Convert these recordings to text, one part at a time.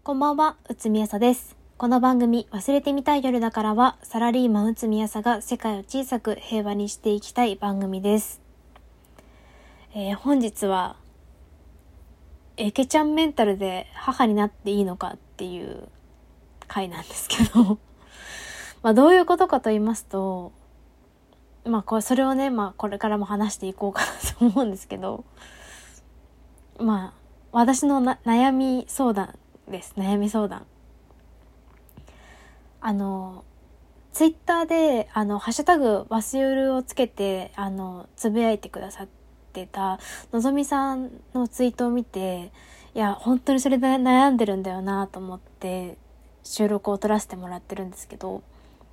こんばんは、内海朝です。この番組、忘れてみたい夜だからは、サラリーマン内海朝が世界を小さく平和にしていきたい番組です。本日は、エケちゃんメンタルで母になっていいのかっていう回なんですけど、どういうことかと言いますと、それをね、これからも話していこうかなと思うんですけど、私の悩み相談です。悩み相談。ツイッターで、ハッシュタグ、わすゆるをつけて、つぶやいてくださってた、のぞみさんのツイートを見て、いや、本当にそれで悩んでるんだよなと思って、収録を撮らせてもらってるんですけど、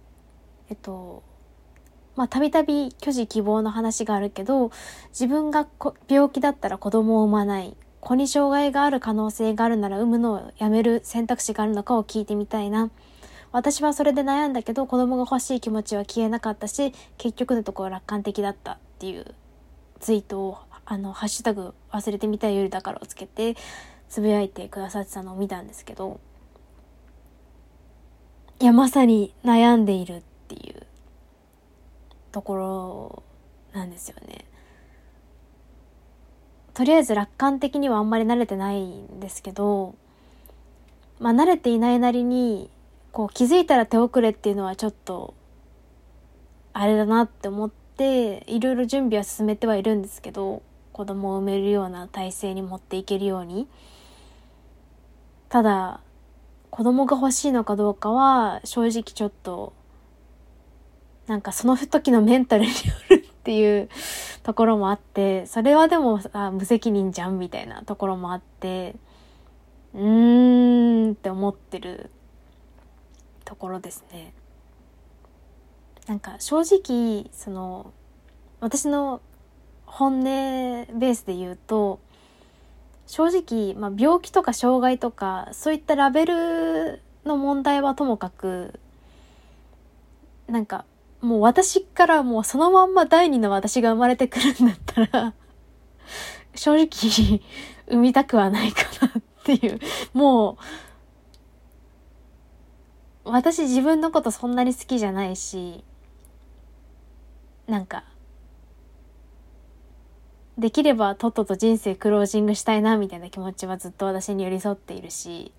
たびたび虚辞希望の話があるけど、自分が病気だったら子供を産まない、子に障害がある可能性があるなら産むのをやめる選択肢があるのかを聞いてみたいな。私はそれで悩んだけど子供が欲しい気持ちは消えなかったし、結局のところ楽観的だったっていうツイートをハッシュタグ忘れてみたい夜だからをつけてつぶやいてくださってたのを見たんですけど、いやまさに悩んでいるっていうところなんですよね。とりあえず楽観的にはあんまり慣れてないんですけど、慣れていないなりに気づいたら手遅れっていうのはちょっとあれだなって思っていろいろ準備は進めてはいるんですけど、子供を産めるような体制に持っていけるように。ただ子供が欲しいのかどうかは正直ちょっとその時のメンタルによるっていうところもあって、それはでも無責任じゃんみたいなところもあって、って思ってるところですね。正直私の本音ベースで言うと、正直、病気とか障害とかそういったラベルの問題はともかく、もう私からもうそのまんま第二の私が生まれてくるんだったら正直産みたくはないかなっていう。もう私自分のことそんなに好きじゃないし、できればとっとと人生クロージングしたいなみたいな気持ちはずっと私に寄り添っているし、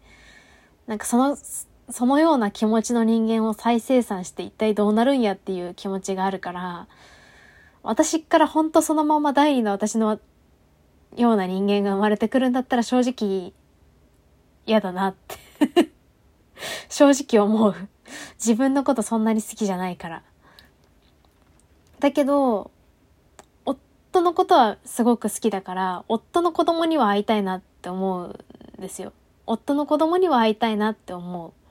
そのような気持ちの人間を再生産して一体どうなるんやっていう気持ちがあるから、私からほんとそのまま第二の私のような人間が生まれてくるんだったら正直嫌だなって正直思う。自分のことそんなに好きじゃないから。だけど夫のことはすごく好きだから、夫の子供には会いたいなって思うんですよ。夫の子供には会いたいなって思う。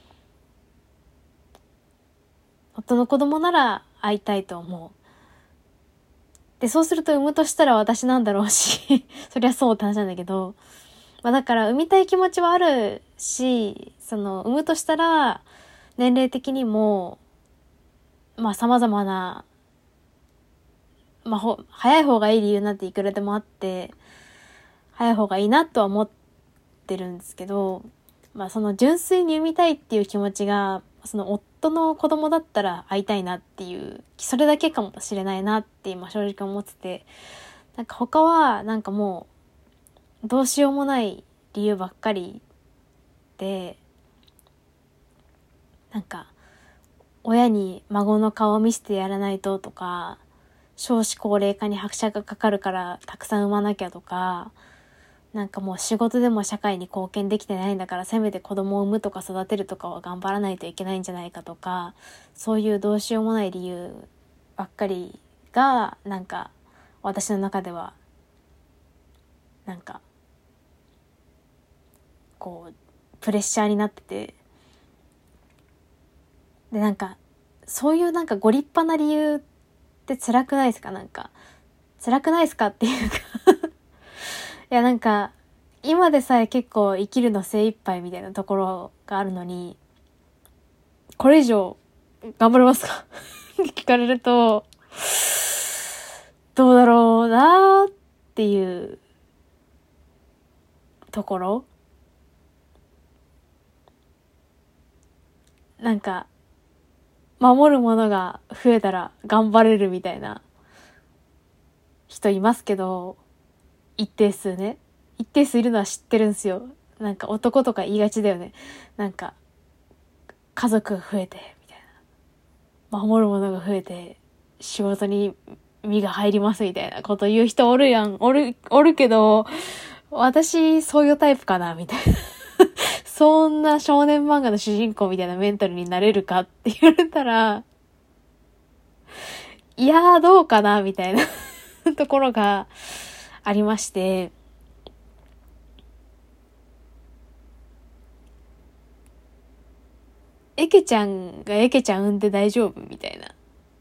夫の子供なら会いたいと思う。で、そうすると産むとしたら私なんだろうし、そりゃそうって話なんだけど、だから産みたい気持ちはあるし、産むとしたら年齢的にも様々な早い方がいい理由なんていくらでもあって、早い方がいいなとは思ってるんですけど、その純粋に産みたいっていう気持ちが、その夫の子供だったら会いたいなっていう、それだけかもしれないなって今正直思ってて、他はもうどうしようもない理由ばっかりで、親に孫の顔を見せてやらないととか、少子高齢化に拍車がかかるからたくさん産まなきゃとか、もう仕事でも社会に貢献できてないんだからせめて子供を産むとか育てるとかは頑張らないといけないんじゃないかとか、そういうどうしようもない理由ばっかりが私の中ではプレッシャーになってて、でそういうご立派な理由って辛くないですか？辛くないですかっていうかいや今でさえ結構生きるの精一杯みたいなところがあるのに、これ以上頑張れますかって聞かれると、どうだろうなっていうところなんか、守るものが増えたら頑張れるみたいな人いますけど、一定数ね。一定数いるのは知ってるんですよ。なんか男とか言いがちだよね。なんか、家族が増えて、みたいな。守るものが増えて、仕事に身が入りますみたいなこと言う人おるやん。おるけど、私、そういうタイプかなみたいな。そんな少年漫画の主人公みたいなメンタルになれるかって言われたら、いやーどうかなみたいなところがありまして、エケちゃんがエケちゃん産んで大丈夫みたいな。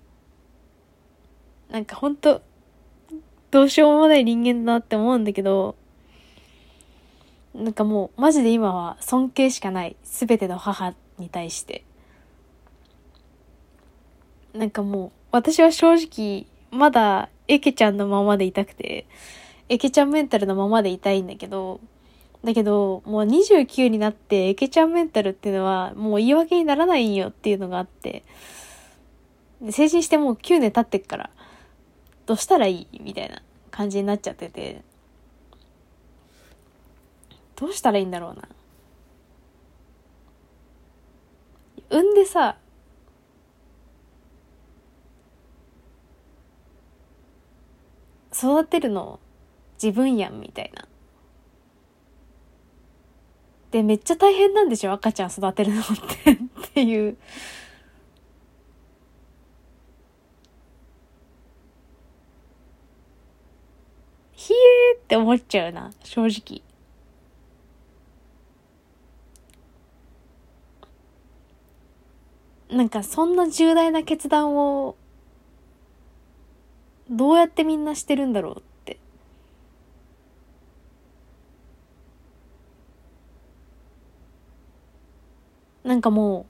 なんかほんと、どうしようもない人間だなって思うんだけど、なんかもうマジで今は尊敬しかない。すべての母に対して。なんかもう私は正直まだエケちゃんのままでいたくて、エケちゃんメンタルのままでいたいんだけど、もう29になってエケちゃんメンタルっていうのはもう言い訳にならないんよっていうのがあって、で成人してもう9年経ってっから、どうしたらいいみたいな感じになっちゃってて、どうしたらいいんだろうな。産んでさ、育てるの自分やんみたいな。で、めっちゃ大変なんでしょ赤ちゃん育てるのってっていう。ひえーって思っちゃうな、正直。なんかそんな重大な決断をどうやってみんなしてるんだろうって。なんかも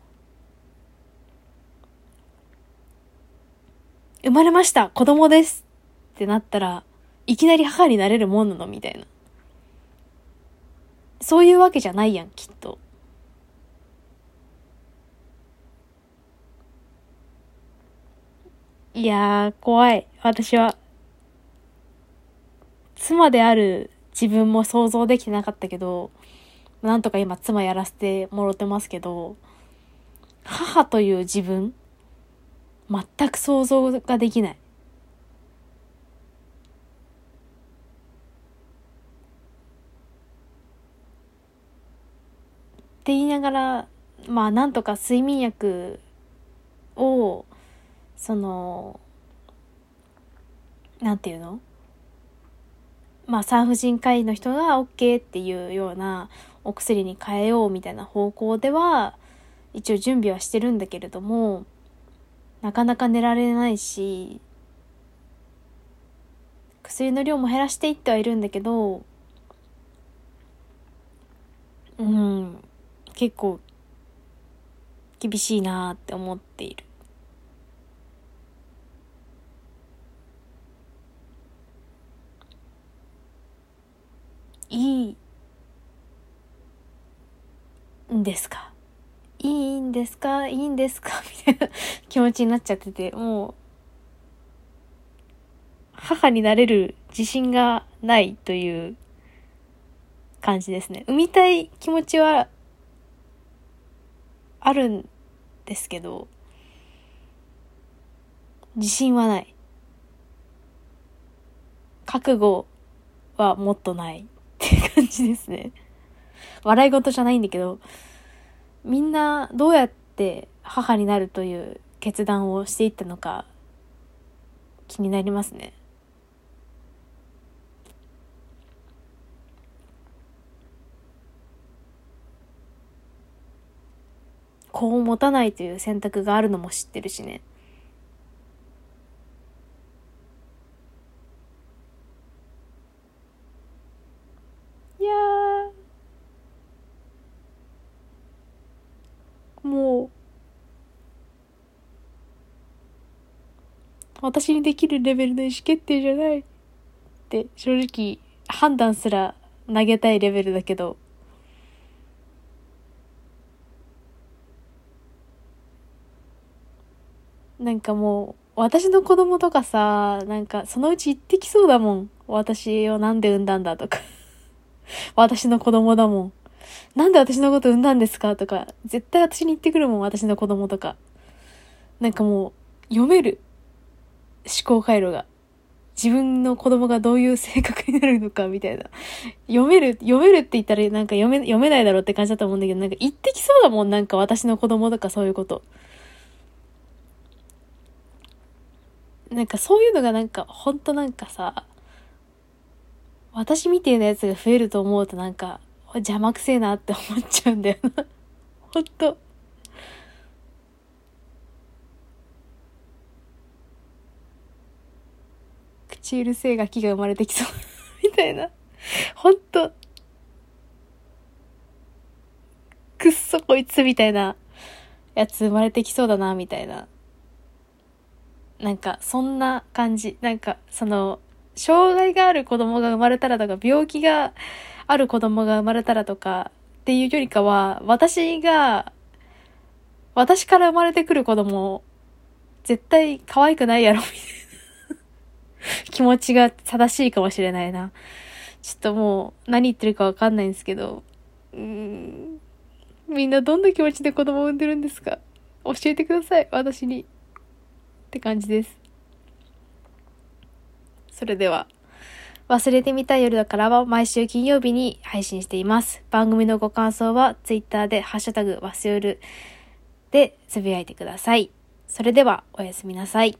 う、生まれました、子供ですってなったら、いきなり母になれるもんなのみたいな。そういうわけじゃないやん、きっと。いやー、怖い。私は、妻である自分も想像できてなかったけど、なんとか今妻やらせてもろてますけど、母という自分、全く想像ができない。って言いながら、まあなんとか睡眠薬を、その、なんていうの、まあ産婦人科医の人が OK っていうようなお薬に変えようみたいな方向では、一応準備はしてるんだけれども、なかなか寝られないし、薬の量も減らしていってはいるんだけど、結構厳しいなーって思っている。いいんですか、いいんですか、いいんですかみたいな気持ちになっちゃってて、もう、母になれる自信がないという感じですね。産みたい気持ちはあるんですけど、自信はない。覚悟はもっとないっていう感じですね。笑い事じゃないんだけど、みんなどうやって母になるという決断をしていったのか気になりますね。子を持たないという選択があるのも知ってるしね。いやー、もう、私にできるレベルの意思決定じゃないって正直判断すら投げたいレベルだけど、 なんかもう、私の子供とかさ、なんかそのうち言ってきそうだもん。私をなんで産んだんだとか。私の子供だもん。なんで私のこと産んだんですかとか、絶対私に言ってくるもん、私の子供とか。なんかもう、読める。思考回路が。自分の子供がどういう性格になるのか、みたいな。読めるって言ったらなんか読めないだろうって感じだと思うんだけど、なんか言ってきそうだもん、なんか私の子供とかそういうこと。なんかそういうのがなんか、ほんとなんかさ、私みてえなやつが増えると思うとなんか、邪魔くせえなって思っちゃうんだよな。ほんと。口うるせえガキが生まれてきそう。みたいな。ほんと、くっそこいつみたいなやつ生まれてきそうだな、みたいな。なんか、そんな感じ。なんか、障害がある子供が生まれたらとか、病気がある子供が生まれたらとか、っていうよりかは、私から生まれてくる子供、絶対可愛くないやろ、みたいな気持ちが正しいかもしれないな。ちょっともう、何言ってるかわかんないんですけど、みんなどんな気持ちで子供を産んでるんですか？教えてください、私に。って感じです。それでは。忘れてみたい夜だからは毎週金曜日に配信しています。番組のご感想はツイッターでハッシュタグわすよるでつぶやいてください。それではおやすみなさい。